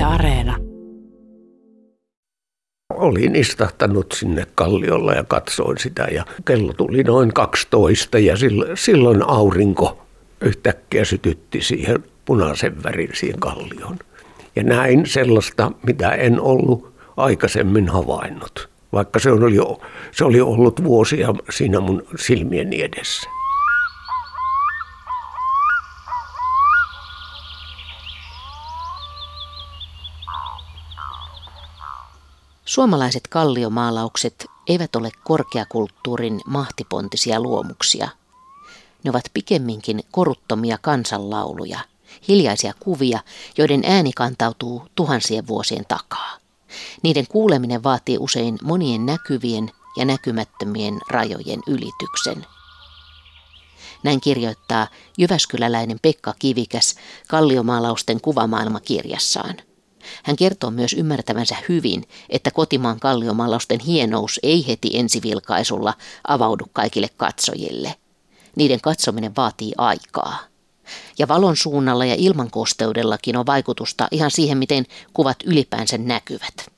Areena. Olin istahtanut sinne kalliolla ja katsoin sitä ja kello tuli noin 12 ja silloin aurinko yhtäkkiä sytytti siihen punaisen värin siihen kallioon. Ja näin sellaista, mitä en ollut aikaisemmin havainnut, vaikka se oli ollut vuosia siinä mun silmieni edessä. Suomalaiset kalliomaalaukset eivät ole korkeakulttuurin mahtipontisia luomuksia. Ne ovat pikemminkin koruttomia kansanlauluja, hiljaisia kuvia, joiden ääni kantautuu tuhansien vuosien takaa. Niiden kuuleminen vaatii usein monien näkyvien ja näkymättömien rajojen ylityksen. Näin kirjoittaa jyväskyläläinen Pekka Kivikäs kalliomaalausten kuvamaailmakirjassaan. Hän kertoo myös ymmärtävänsä hyvin, että kotimaan kalliomaalausten hienous ei heti ensivilkaisulla avaudu kaikille katsojille. Niiden katsominen vaatii aikaa. Ja valon suunnalla ja ilmankosteudellakin on vaikutusta ihan siihen, miten kuvat ylipäänsä näkyvät.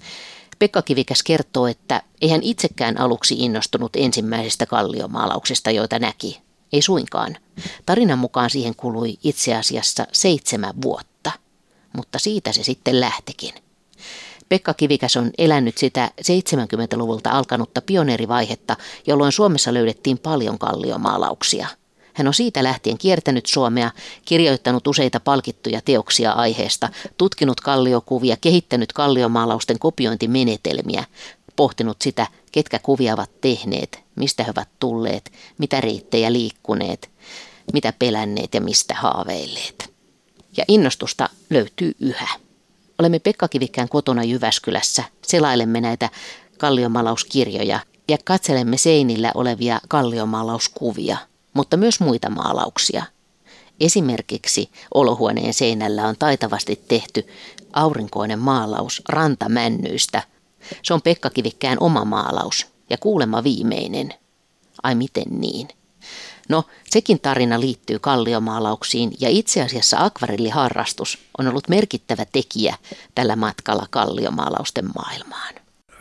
Pekka Kivikäs kertoo, että ei hän itsekään aluksi innostunut ensimmäisestä kalliomaalauksesta, joita näki. Ei suinkaan. Tarinan mukaan siihen kului itse asiassa 7 vuotta. Mutta siitä se sitten lähtikin. Pekka Kivikäs on elänyt sitä 70-luvulta alkanutta pioneerivaihetta, jolloin Suomessa löydettiin paljon kalliomaalauksia. Hän on siitä lähtien kiertänyt Suomea, kirjoittanut useita palkittuja teoksia aiheesta, tutkinut kalliokuvia, kehittänyt kalliomaalausten kopiointimenetelmiä, pohtinut sitä, ketkä kuvia ovat tehneet, mistä he ovat tulleet, mitä reittejä liikkuneet, mitä pelänneet ja mistä haaveilleet. Ja innostusta löytyy yhä. Olemme Pekka Kivikään kotona Jyväskylässä, selailemme näitä kalliomaalauskirjoja ja katselemme seinillä olevia kalliomaalauskuvia, mutta myös muita maalauksia. Esimerkiksi olohuoneen seinällä on taitavasti tehty aurinkoinen maalaus rantamännyistä. Se on Pekka Kivikään oma maalaus ja kuulemma viimeinen. Ai miten niin? No, sekin tarina liittyy kalliomaalauksiin ja itse asiassa akvarelliharrastus on ollut merkittävä tekijä tällä matkalla kalliomaalausten maailmaan.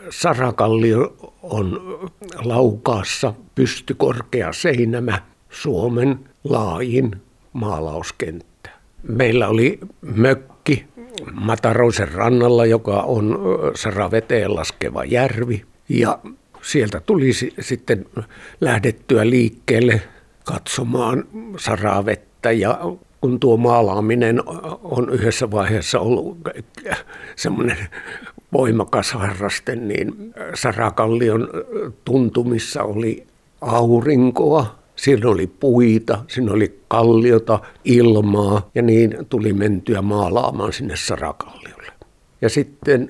Sarakallio on Laukaassa pystykorkea seinämä, Suomen laajin maalauskenttä. Meillä oli mökki Mataroisen rannalla, joka on Saraveteen laskeva järvi, ja sieltä tuli sitten lähdettyä liikkeelle katsomaan Saravettä, ja kun tuo maalaaminen on yhdessä vaiheessa ollut semmoinen voimakas harraste, niin Sarakallion tuntumissa oli aurinkoa, siinä oli puita, siinä oli kalliota, ilmaa ja niin tuli mentyä maalaamaan sinne Sarakalliolle. Ja sitten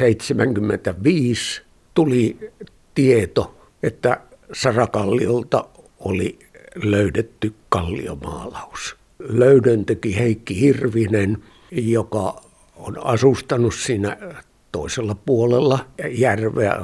1975 tuli tieto, että Sarakalliolta oli löydetty kalliomaalaus. Löydön teki Heikki Hirvinen, joka on asustanut siinä toisella puolella järveä.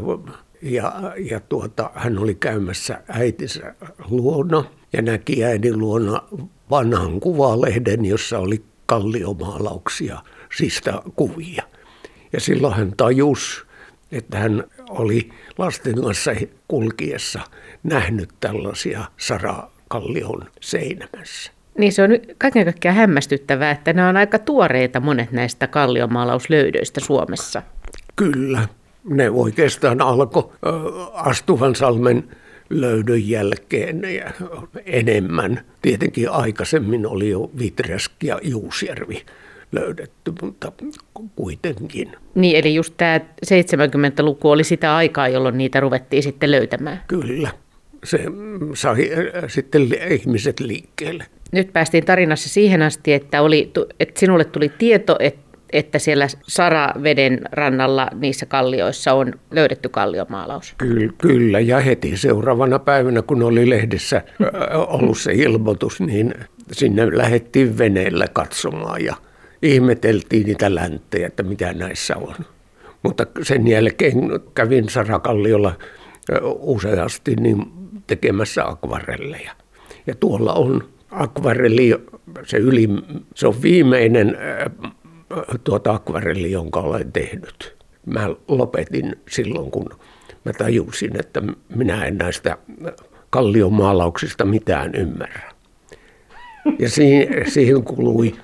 Hän oli käymässä äitinsä luona ja näki äidin luona vanhan kuvalehden, jossa oli kalliomaalauksia, siis kuvia. Ja silloin hän tajusi, että hän oli lasten kanssa kulkiessa nähnyt tällaisia Sarakallion seinämässä. Niin se on kaiken kaikkiaan hämmästyttävää, että nämä on aika tuoreita monet näistä kalliomaalauslöydöistä Suomessa. Kyllä. Ne oikeastaan alkoi Astuvansalmen löydön jälkeen enemmän. Tietenkin aikaisemmin oli jo Vitreski ja Juusjärvi löydetty, mutta kuitenkin. Niin, eli just tämä 70-luku oli sitä aikaa, jolloin niitä ruvettiin sitten löytämään. Kyllä. Se sai sitten ihmiset liikkeelle. Nyt päästiin tarinassa siihen asti, että sinulle tuli tieto, että siellä Saraveden rannalla niissä kallioissa on löydetty kalliomaalaus. Kyllä, ja heti seuraavana päivänä, kun oli lehdessä ollut se ilmoitus, niin sinne lähdettiin veneellä katsomaan ja ihmeteltiin niitä länttejä, että mitä näissä on. Mutta sen jälkeen kävin Sarakalliolla useasti niin tekemässä akvarelleja. Ja tuolla on akvarelli, se on viimeinen akvarelli, jonka olen tehnyt. Mä lopetin silloin, kun mä tajusin, että minä en näistä kalliomaalauksista mitään ymmärrä. Ja siihen kului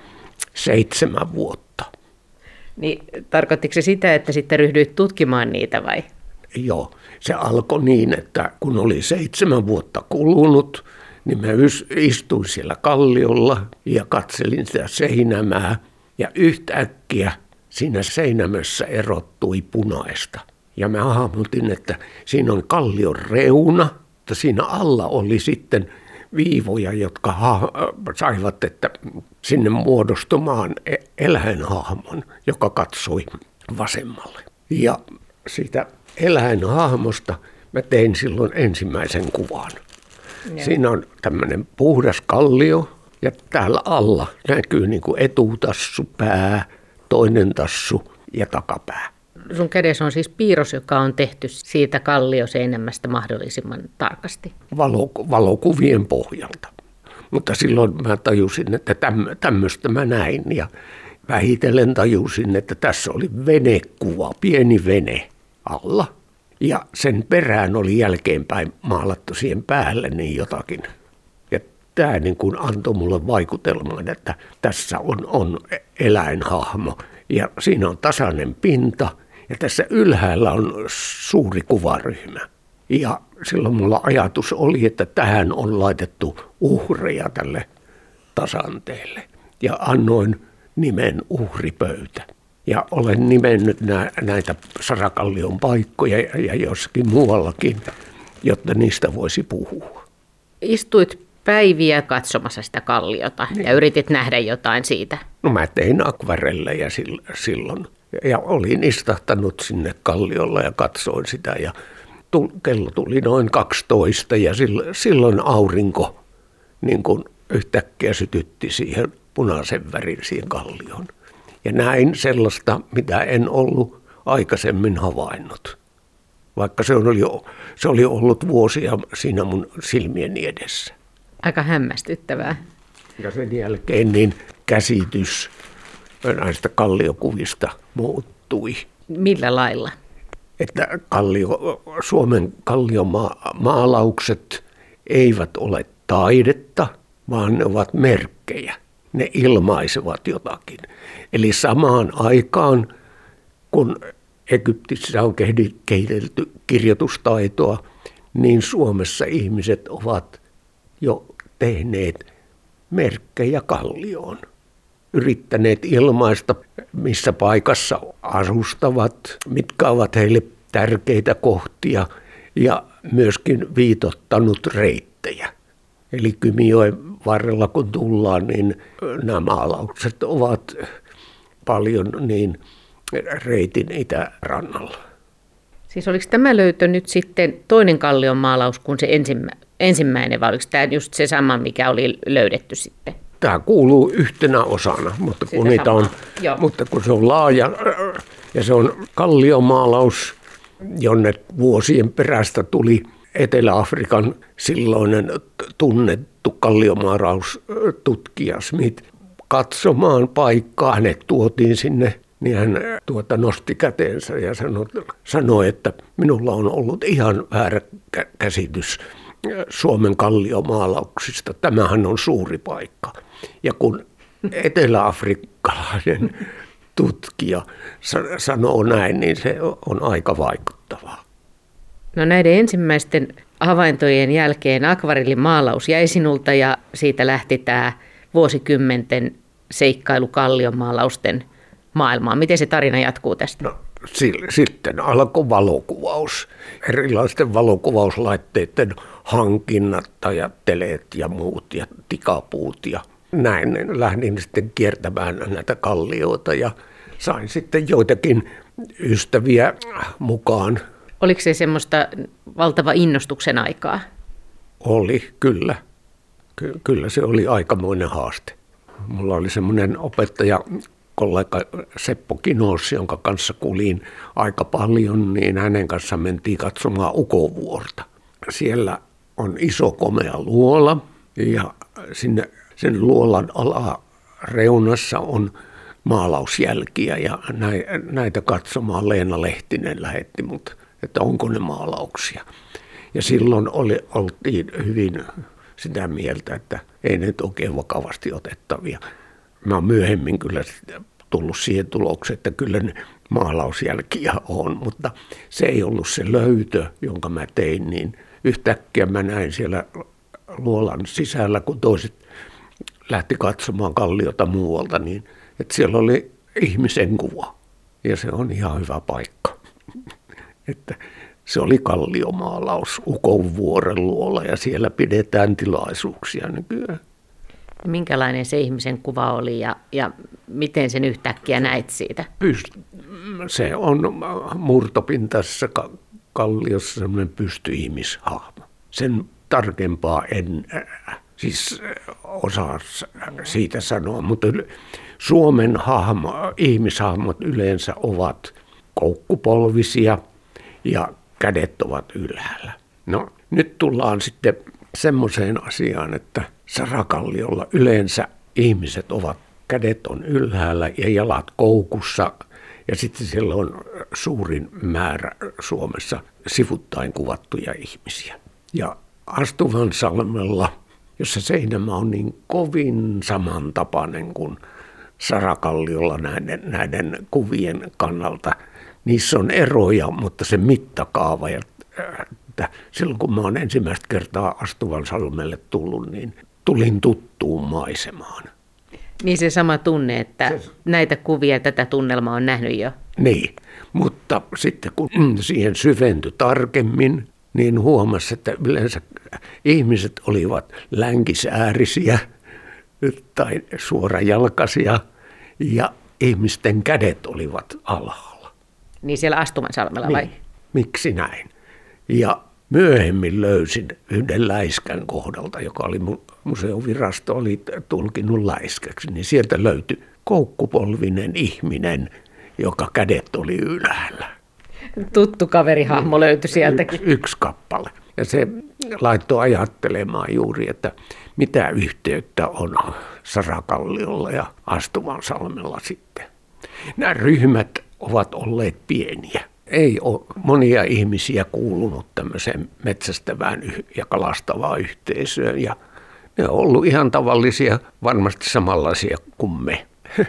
7 vuotta. Niin, tarkoittiko se sitä, että sitten ryhdyit tutkimaan niitä vai? Joo, se alkoi niin, että kun oli 7 vuotta kulunut, niin mä istuin siellä kalliolla ja katselin sitä seinämää. Ja yhtäkkiä siinä seinämössä erottui punaista. Ja mä hahmotin, että siinä on kallion reuna, mutta siinä alla oli sitten viivoja, jotka saivat että sinne muodostumaan eläinhahmon, joka katsoi vasemmalle. Ja siitä eläinhahmosta mä tein silloin ensimmäisen kuvan. Ja. Siinä on tämmöinen puhdas kallio ja täällä alla näkyy niin kuin etutassu, pää, toinen tassu ja takapää. Sun kädessä on siis piirros, joka on tehty siitä kallioseinämästä mahdollisimman tarkasti. Valokuvien pohjalta. Mutta silloin mä tajusin, että tämmöistä mä näin ja vähitellen tajusin, että tässä oli venekuva, pieni vene alla. Ja sen perään oli jälkeenpäin maalattu siihen päälle niin jotakin. Ja tämä niin kuin antoi mulle vaikutelman, että tässä on eläinhahmo ja siinä on tasainen pinta. Ja tässä ylhäällä on suuri kuvaryhmä. Ja silloin mulla ajatus oli, että tähän on laitettu uhreja tälle tasanteelle. Ja annoin nimen uhripöytä. Ja olen nimennyt näitä Sarakallion paikkoja ja jossakin muuallakin, jotta niistä voisi puhua. Istuit päiviä katsomassa sitä kalliota ja yritit nähdä jotain siitä. No mä tein akvarelleja silloin. Ja olin istahtanut sinne kalliolla ja katsoin sitä ja kello tuli noin 12 ja silloin aurinko niin kuin yhtäkkiä sytytti siihen punaisen värin siihen kallioon. Ja näin sellaista, mitä en ollut aikaisemmin havainnut, vaikka se oli ollut vuosia siinä mun silmieni edessä. Aika hämmästyttävää. Ja sen jälkeen niin käsitys näistä kalliokuvista muuttui. Millä lailla? Että Suomen kalliomaalaukset eivät ole taidetta, vaan ne ovat merkkejä. Ne ilmaisevat jotakin. Eli samaan aikaan, kun Egyptissä on kehitelty kirjoitustaitoa, niin Suomessa ihmiset ovat jo tehneet merkkejä kallioon. Yrittäneet ilmaista, missä paikassa asustavat, mitkä ovat heille tärkeitä kohtia ja myöskin viitottanut reittejä. Eli Kymijoen varrella kun tullaan, niin nämä maalaukset ovat paljon niin reitin itärannalla. Siis oliko tämä löytö nyt sitten toinen kallion maalaus kuin se ensimmäinen, vai oliko tämä just se sama, mikä oli löydetty sitten? Tämä kuuluu yhtenä osana, mutta kun se on laaja ja se on kalliomaalaus, jonne vuosien perästä tuli Etelä-Afrikan silloinen tunnettu kalliomaalaus-tutkija Smith katsomaan paikkaa. Hänet tuotiin sinne, niin hän nosti käteensä ja sanoi, että minulla on ollut ihan väärä käsitys Suomen kalliomaalauksista. Tämähän on suuri paikka. Ja kun etelä-afrikkalainen tutkija sanoo näin, niin se on aika vaikuttavaa. No näiden ensimmäisten havaintojen jälkeen akvarellimaalaus jäi sinulta ja siitä lähti tämä vuosikymmenten seikkailu kalliomaalausten maailmaan. Miten se tarina jatkuu tästä? No, sitten alkoi valokuvaus. Erilaisten valokuvauslaitteiden hankinnat ja teleet ja muut ja tikapuut ja näin lähdin sitten kiertämään näitä kallioita ja sain sitten joitakin ystäviä mukaan. Oliko se semmoista valtava innostuksen aikaa? Oli, kyllä. Kyllä se oli aikamoinen haaste. Mulla oli semmoinen opettaja, kollega Seppo Kinos, jonka kanssa kuljin aika paljon, niin hänen kanssa mentiin katsomaan Ukovuorta. Siellä on iso komea luola ja sen luolan alareunassa on maalausjälkiä ja näitä katsomaan Leena Lehtinen lähetti mut, että onko ne maalauksia. Ja silloin oltiin hyvin sitä mieltä, että ei ne oikein vakavasti otettavia. Mä oon myöhemmin kyllä tullut siihen tulokseen, että kyllä ne maalausjälkiä on, mutta se ei ollut se löytö, jonka mä tein, niin yhtäkkiä mä näin siellä luolan sisällä, kun toiset lähti katsomaan kalliota muualta, niin että siellä oli ihmisen kuva ja se on ihan hyvä paikka. Että se oli kalliomaalaus Ukonvuoren luola ja siellä pidetään tilaisuuksia nykyään. Minkälainen se ihmisen kuva oli ja miten sen yhtäkkiä näit siitä? Se on murtopintaisessa kalliossa semmoinen pystyihmishahmo. Sen tarkempaa en siis osaa siitä sanoa, mutta Suomen ihmishahmot yleensä ovat koukkupolvisia ja kädet ovat ylhäällä. No nyt tullaan sitten semmoiseen asiaan, että Sarakalliolla yleensä ihmiset ovat, kädet on ylhäällä ja jalat koukussa ja sitten siellä on suurin määrä Suomessa sivuttain kuvattuja ihmisiä. Ja Astuvansalmella, jossa seinämä on niin kovin samantapainen kuin Sarakalliolla näiden kuvien kannalta, niissä on eroja, mutta se mittakaava ja silloin kun mä oon ensimmäistä kertaa Astuvansalmelle tullut, niin tulin tuttuun maisemaan. Niin se sama tunne, että näitä kuvia, tätä tunnelmaa on nähnyt jo. Niin, mutta sitten kun siihen syventyi tarkemmin, niin huomasi, että yleensä ihmiset olivat länkisäärisiä tai suorajalkaisia ja ihmisten kädet olivat alhaalla. Niin siellä Astuvansalmella vai? Niin. Miksi näin? Ja myöhemmin löysin yhden läiskän kohdalta, joka oli museovirasto oli tulkinnut läiskäksi, niin sieltä löytyi koukkupolvinen ihminen, joka kädet oli ylhäällä. Tuttu kaverihahmo löytyi sieltäkin. Yksi kappale. Ja se laittoi ajattelemaan juuri, että mitä yhteyttä on Sarakalliolla ja Astuvansalmella sitten. Nämä ryhmät ovat olleet pieniä. Ei ole monia ihmisiä kuulunut tämmöiseen metsästävään ja kalastavaan yhteisöön. Ja ne on ollut ihan tavallisia, varmasti samanlaisia kuin me,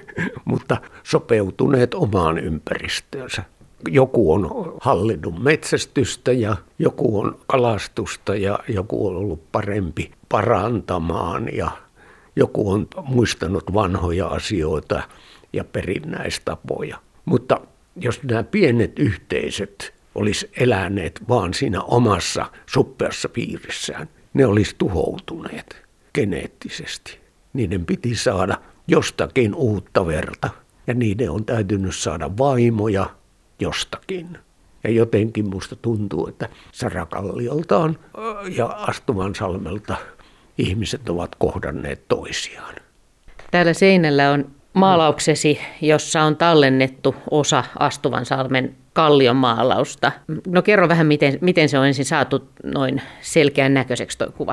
mutta sopeutuneet omaan ympäristöönsä. Joku on hallinnut metsästystä ja joku on kalastusta ja joku on ollut parempi parantamaan ja joku on muistanut vanhoja asioita ja perinnäistapoja. Mutta jos nämä pienet yhteisöt olisi eläneet vaan siinä omassa suppeassa piirissään, ne olisi tuhoutuneet geneettisesti. Niiden piti saada jostakin uutta verta ja niiden on täytynyt saada vaimoja jostakin. Ja jotenkin musta tuntuu, että Sarakalliolta ja Astuvansalmelta ihmiset ovat kohdanneet toisiaan. Täällä seinällä on maalauksesi, jossa on tallennettu osa Astuvansalmen kalliomaalausta. No kerro vähän, miten se on ensin saatu noin selkeän näköiseksi tuo kuva.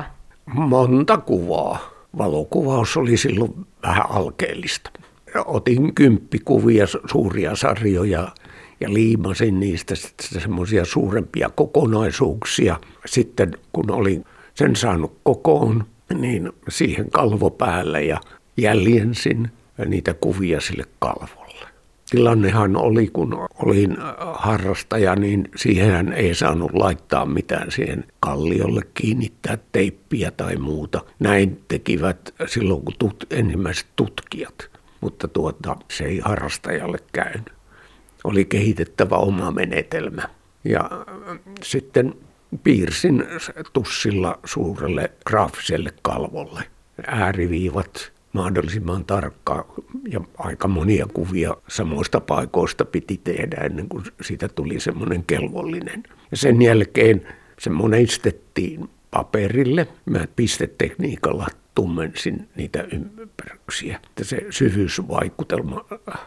Monta kuvaa. Valokuvaus oli silloin vähän alkeellista. Otin 10 kuvia, suuria sarjoja ja liimasin niistä sitten semmoisia suurempia kokonaisuuksia. Sitten kun olin sen saanut kokoon, niin siihen kalvo päälle ja jäljensin niitä kuvia sille kalvolle. Tilannehan oli, kun olin harrastaja, niin siihen ei saanut laittaa mitään siihen kalliolle, kiinnittää teippiä tai muuta. Näin tekivät silloin, kun ensimmäiset tutkijat, mutta se ei harrastajalle käynyt. Oli kehitettävä oma menetelmä ja sitten piirsin tussilla suurelle graafiselle kalvolle ääriviivat mahdollisimman tarkkaan ja aika monia kuvia samoista paikoista piti tehdä ennen kuin siitä tuli semmoinen kelvollinen. Ja sen jälkeen se moneistettiin paperille. Mä pistetekniikalla tummensin niitä ympäryyksiä, että se syvyysvaikutelma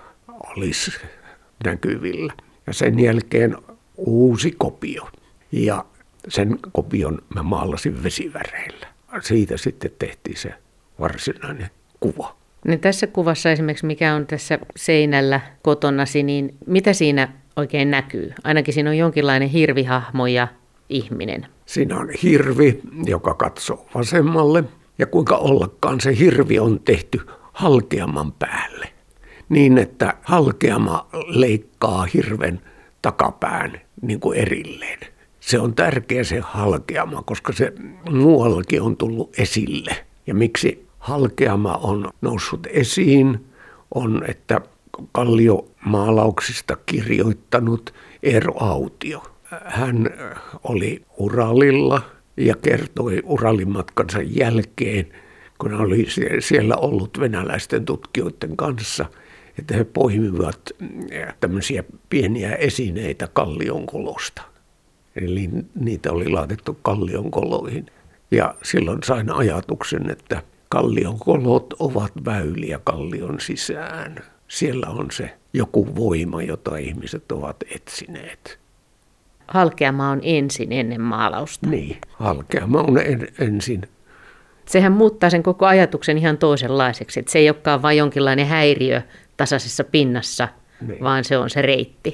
olisi näkyvillä. Ja sen jälkeen uusi kopio ja sen kopion mä maalasin vesiväreillä. Siitä sitten tehtiin se varsinainen kuva. Niin tässä kuvassa esimerkiksi, mikä on tässä seinällä kotonasi, niin mitä siinä oikein näkyy? Ainakin siinä on jonkinlainen hirvihahmo ja ihminen. Siinä on hirvi, joka katsoo vasemmalle, ja kuinka ollakaan se hirvi on tehty halkeaman päälle. Niin, että halkeama leikkaa hirven takapään niin kuin erilleen. Se on tärkeä se halkeama, koska se muuallakin on tullut esille. Ja miksi halkeama on noussut esiin, on, että kalliomaalauksista kirjoittanut Eero Autio. Hän oli Uralilla ja kertoi Uralin matkansa jälkeen, kun hän oli siellä ollut venäläisten tutkijoiden kanssa, että he poimivat tämmöisiä pieniä esineitä kallionkolosta. Eli niitä oli laitettu kallionkoloihin. Ja silloin sain ajatuksen, että kallionkolot ovat väyliä kallion sisään. Siellä on se joku voima, jota ihmiset ovat etsineet. Halkeama on ensin ennen maalausta. Niin, halkeama on ensin. Sehän muuttaa sen koko ajatuksen ihan toisenlaiseksi. Että se ei olekaan vain jonkinlainen häiriö tasaisessa pinnassa, niin, vaan se on se reitti.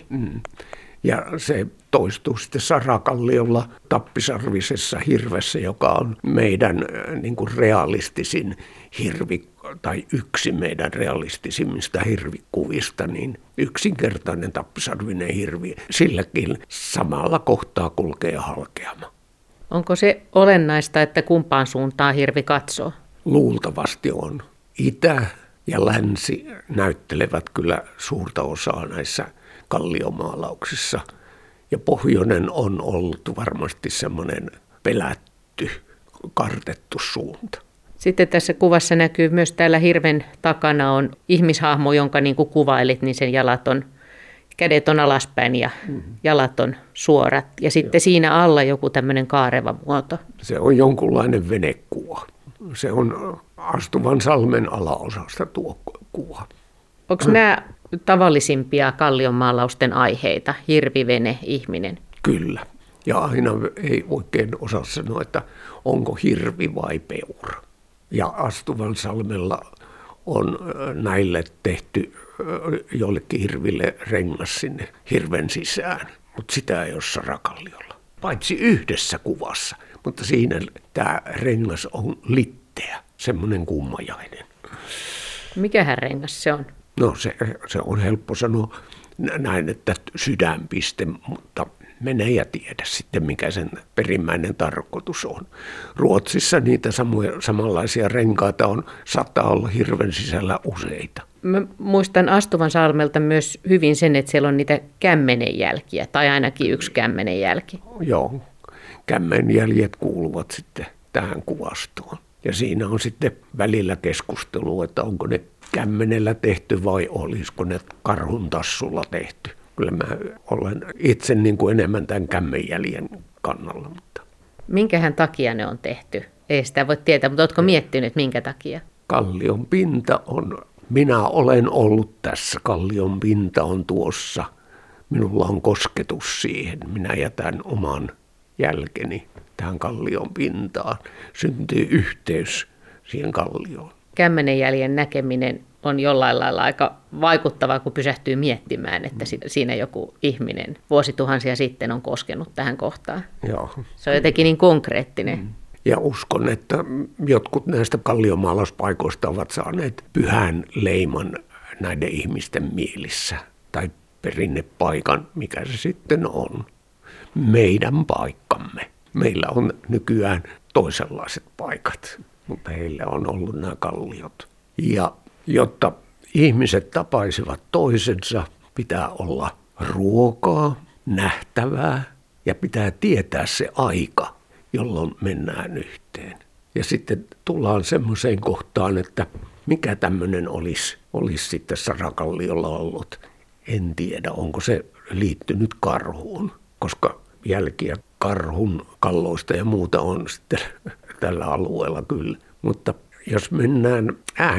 Ja se toistuu sitten Sarakalliolla Tappisarvisessa hirvessä, joka on meidän niin kuin realistisin hirvi, tai yksi meidän realistisimmista hirvikuvista, niin yksinkertainen tappisarvinen hirvi. Silläkin samalla kohtaa kulkee halkeama. Onko se olennaista, että kumpaan suuntaan hirvi katsoo? Luultavasti on. Itä ja länsi näyttelevät kyllä suurta osaa näissä kalliomaalauksissa. Ja pohjoinen on ollut varmasti semmoinen pelätty, kartettu suunta. Sitten tässä kuvassa näkyy myös täällä hirven takana on ihmishahmo, jonka niin kuin kuvailit, niin sen kädet on alaspäin ja jalat on suorat. Ja sitten siinä alla joku tämmöinen kaareva muoto. Se on jonkunlainen venekuva. Se on Astuvan salmen alaosasta tuo kuva. Onko nämä tavallisimpia kallionmaalausten aiheita, hirvi, vene, ihminen? Kyllä. Ja aina ei oikein osaa sanoa, että onko hirvi vai peura. Ja Astuvan salmella on näille tehty jollekin hirville rengas sinne hirven sisään, mutta sitä ei ole Sarakalliolla. Paitsi yhdessä kuvassa, mutta siinä tämä rengas on litteä, semmoinen kummajainen. Mikähän rengas se on? No se on helppo sanoa näin, että sydänpiste, mutta mene ja tiedä sitten, mikä sen perimmäinen tarkoitus on. Ruotsissa niitä samanlaisia renkaita saattaa olla hirven sisällä useita. Mä muistan Astuvan salmelta myös hyvin sen, että siellä on niitä kämmenenjälkiä, tai ainakin yksi kämmenenjälki. Joo, kämmenjäljet kuuluvat sitten tähän kuvastoon. Ja siinä on sitten välillä keskustelua, että onko ne kämmenellä tehty vai olisiko ne karhun tassulla tehty. Kyllä mä olen itse niin kuin enemmän tämän kämmenjäljen kannalla. Mutta minkähän takia ne on tehty? Ei sitä voi tietää, mutta oletko miettinyt, minkä takia? Kallion pinta on, minä olen ollut tässä, kallion pinta on tuossa. Minulla on kosketus siihen. Minä jätän oman jälkeni tähän kallion pintaan. Syntyy yhteys siihen kallioon. Kämmenenjäljen näkeminen on jollain lailla aika vaikuttavaa, kun pysähtyy miettimään, että siinä joku ihminen vuosituhansia sitten on koskenut tähän kohtaan. Joo. Se on jotenkin niin konkreettinen. Ja uskon, että jotkut näistä kalliomaalauspaikoista ovat saaneet pyhän leiman näiden ihmisten mielissä. Tai perinnepaikan, mikä se sitten on. Meidän paikkamme. Meillä on nykyään toisenlaiset paikat, mutta heillä on ollut nämä kalliot. Ja jotta ihmiset tapaisivat toisensa, pitää olla ruokaa, nähtävää ja pitää tietää se aika, jolloin mennään yhteen. Ja sitten tullaan semmoiseen kohtaan, että mikä tämmöinen olisi sitten Sarakalliolla ollut. En tiedä, onko se liittynyt karhuun, koska jälkiä karhun kalloista ja muuta on sitten tällä alueella kyllä. Mutta jos mennään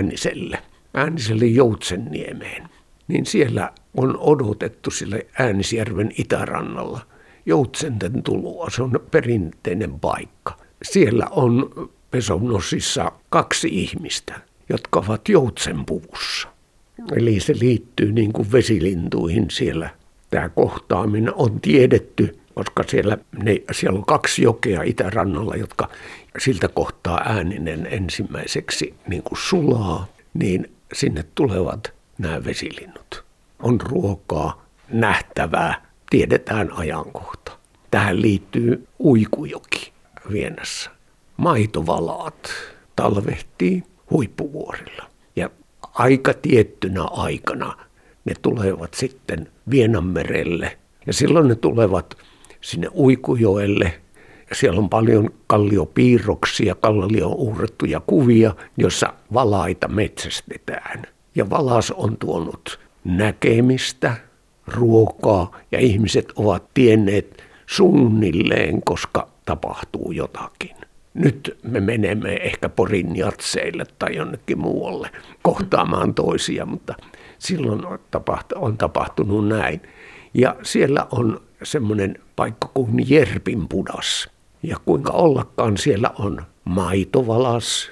Ääniselle Joutsenniemeen, niin siellä on odotettu sille Äänisjärven itärannalla joutsenten tuloa. Se on perinteinen paikka. Siellä on Pesovnossissa 2 ihmistä, jotka ovat joutsenpuvussa. Eli se liittyy niin kuin vesilintuihin siellä. Tämä kohtaaminen on tiedetty, koska siellä on 2 jokea itärannalla, jotka siltä kohtaa Ääninen ensimmäiseksi niin kuin sulaa, niin sinne tulevat nämä vesilinnut. On ruokaa, nähtävää, tiedetään ajankohta. Tähän liittyy Uikujoki Vienassa. Maitovalaat talvehtii huippuvuorilla ja aika tiettynä aikana ne tulevat sitten Vienanmerelle ja silloin ne tulevat sinne Uikujoelle. Siellä on paljon kalliopiirroksia, kallioon uhrattuja kuvia, joissa valaita metsästetään. Ja valas on tuonut näkemistä, ruokaa ja ihmiset ovat tienneet suunnilleen, koska tapahtuu jotakin. Nyt me menemme ehkä Porin jatseille tai jonnekin muualle kohtaamaan toisia, mutta silloin on tapahtunut näin. Ja siellä on semmoinen paikka kuin Jerpinpudas. Ja kuinka ollakaan siellä on maitovalas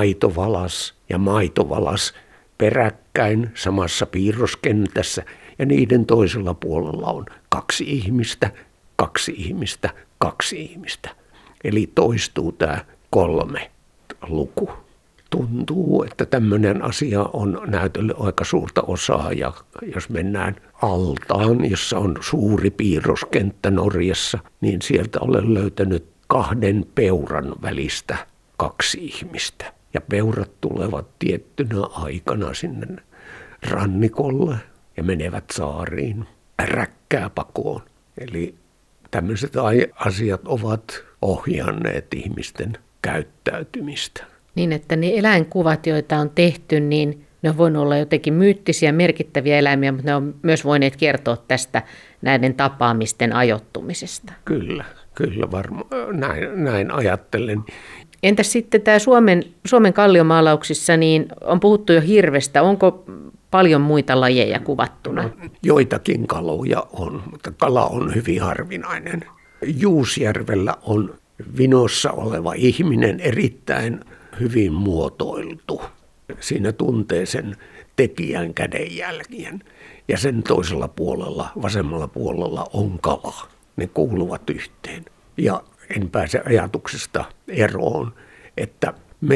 ja maitovalas peräkkäin samassa piirroskentässä. Ja niiden toisella puolella on 2 ihmistä, 2 ihmistä, 2 ihmistä. Eli toistuu tämä 3 luku. Tuntuu, että tämmöinen asia on näytölle aika suurta osaa ja jos mennään altaan, jossa on suuri piirroskenttä Norjassa, niin sieltä olen löytänyt 2 peuran välistä 2 ihmistä. Ja peurat tulevat tiettynä aikana sinne rannikolle ja menevät saariin räkkääpakoon. Eli tämmöiset asiat ovat ohjanneet ihmisten käyttäytymistä. Niin, että ne eläinkuvat, joita on tehty, niin ne on voinut olla jotenkin myyttisiä, merkittäviä eläimiä, mutta ne on myös voineet kertoa tästä näiden tapaamisten ajoittumisesta. Kyllä varmaan. Näin ajattelen. Entäs sitten tämä Suomen kalliomaalauksissa, niin on puhuttu jo hirvestä. Onko paljon muita lajeja kuvattuna? No, joitakin kaloja on, mutta kala on hyvin harvinainen. Juusjärvellä on vinossa oleva ihminen erittäin hyvin muotoiltu. Siinä tuntee sen tekijän kädenjälkien ja sen toisella puolella, vasemmalla puolella on kala. Ne kuuluvat yhteen. Ja en pääse ajatuksesta eroon, että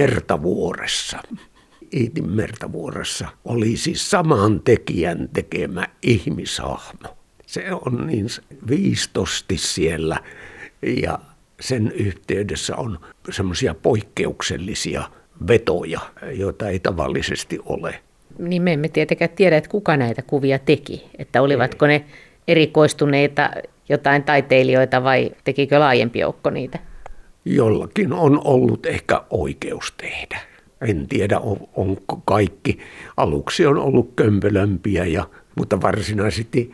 Iitin Mertavuoressa oli siis saman tekijän tekemä ihmishahmo. Se on niin viistosti siellä ja sen yhteydessä on semmoisia poikkeuksellisia vetoja, joita ei tavallisesti ole. Niin me emme tietenkään tiedä, että kuka näitä kuvia teki. Että olivatko ne erikoistuneita jotain taiteilijoita vai tekikö laajempi joukko niitä? Jollakin on ollut ehkä oikeus tehdä. En tiedä, onko kaikki. Aluksi on ollut kömpelömpiä, mutta varsinaisesti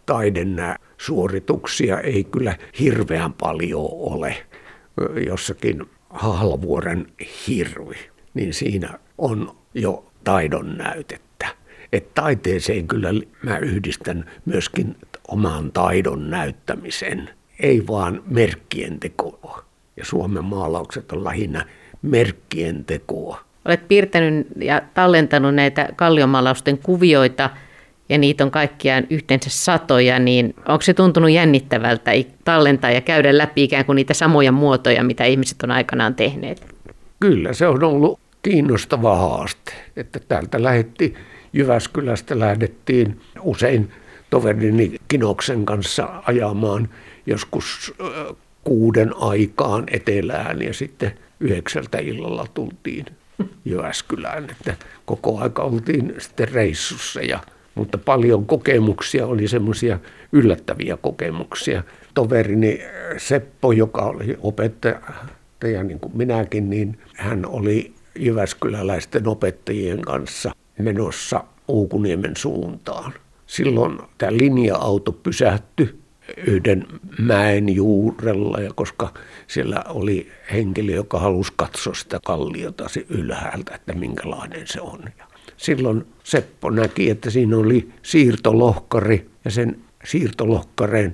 suorituksia ei kyllä hirveän paljon ole. Jossakin Hahlavuoren hirvi, niin siinä on jo taidon näytettä. Että taiteeseen kyllä mä yhdistän myöskin oman taidon näyttämisen, ei vaan merkkien tekoa. Ja Suomen maalaukset on lähinnä merkkien tekoa. Olet piirtänyt ja tallentanut näitä kalliomaalausten kuvioita ja niitä on kaikkiaan yhteensä satoja, niin onko se tuntunut jännittävältä tallentaa ja käydä läpi ikään kuin niitä samoja muotoja, mitä ihmiset on aikanaan tehneet? Kyllä, se on ollut kiinnostava haaste, että täältä Jyväskylästä lähdettiin usein toverini Kinoksen kanssa ajamaan joskus 6 aikaan etelään ja sitten 9 illalla tultiin Jyväskylään, että koko aika oltiin sitten reissussa mutta paljon kokemuksia oli semmoisia yllättäviä kokemuksia. Toverini Seppo, joka oli opettaja niin kuin minäkin, niin hän oli jyväskyläläisten opettajien kanssa menossa Uukuniemen suuntaan. Silloin tämä linja-auto pysähtyi yhden mäen juurella, ja koska siellä oli henkilö, joka halusi katsoa sitä kalliota ylhäältä, että minkälainen se on. Silloin Seppo näki, että siinä oli siirtolohkari ja sen siirtolohkareen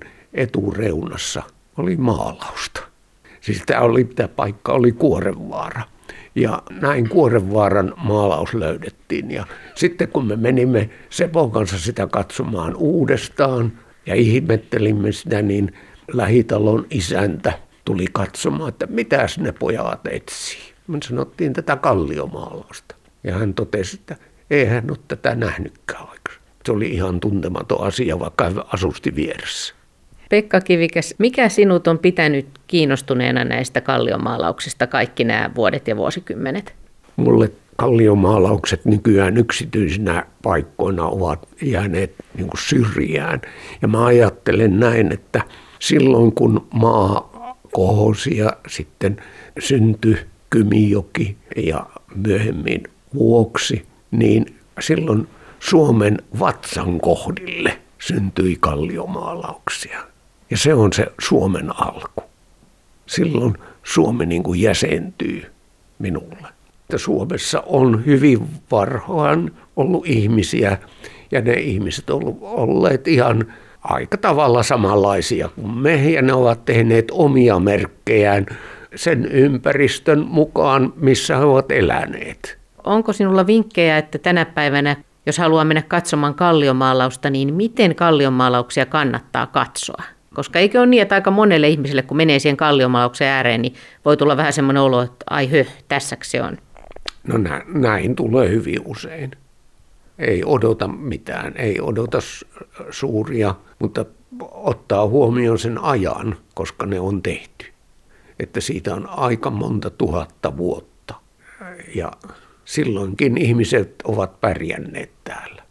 etureunassa oli maalausta. Siis tämä paikka oli Kuorenvaara. Ja näin Kuorevaaran maalaus löydettiin. Ja sitten kun me menimme Sepon kanssa sitä katsomaan uudestaan ja ihmettelimme sitä, niin lähitalon isäntä tuli katsomaan, että mitäs ne pojat etsii. Me sanottiin tätä kalliomaalausta. Ja hän totesi, että ei hän ole tätä nähnytkään aikaisemmin. Se oli ihan tuntematon asia, vaikka hän asusti vieressä. Pekka Kivikäs, mikä sinut on pitänyt kiinnostuneena näistä kalliomaalauksista kaikki nämä vuodet ja vuosikymmenet? Mulle kalliomaalaukset nykyään yksityisinä paikkoina ovat jääneet niin kuin syrjään. Ja mä ajattelen näin, että silloin kun maa kohosi ja sitten syntyi Kymijoki ja myöhemmin Vuoksi, niin silloin Suomen vatsan kohdille syntyi kalliomaalauksia. Ja se on se Suomen alku. Silloin Suomi niin kuin jäsentyy minulle. Suomessa on hyvin varhain ollut ihmisiä ja ne ihmiset ovat olleet ihan aika tavalla samanlaisia kuin me ja ne ovat tehneet omia merkkejään sen ympäristön mukaan, missä he ovat eläneet. Onko sinulla vinkkejä, että tänä päivänä, jos haluaa mennä katsomaan kalliomaalausta, niin miten kalliomaalauksia kannattaa katsoa? Koska eikö ole niin, että aika monelle ihmiselle, kun menee siihen kalliomaalauksen ääreen, niin voi tulla vähän semmoinen olo, että ai tässäkö se on? No näin tulee hyvin usein. Ei odota mitään, ei odota suuria, mutta ottaa huomioon sen ajan, koska ne on tehty. Että siitä on aika monta tuhatta vuotta ja silloinkin ihmiset ovat pärjänneet täällä.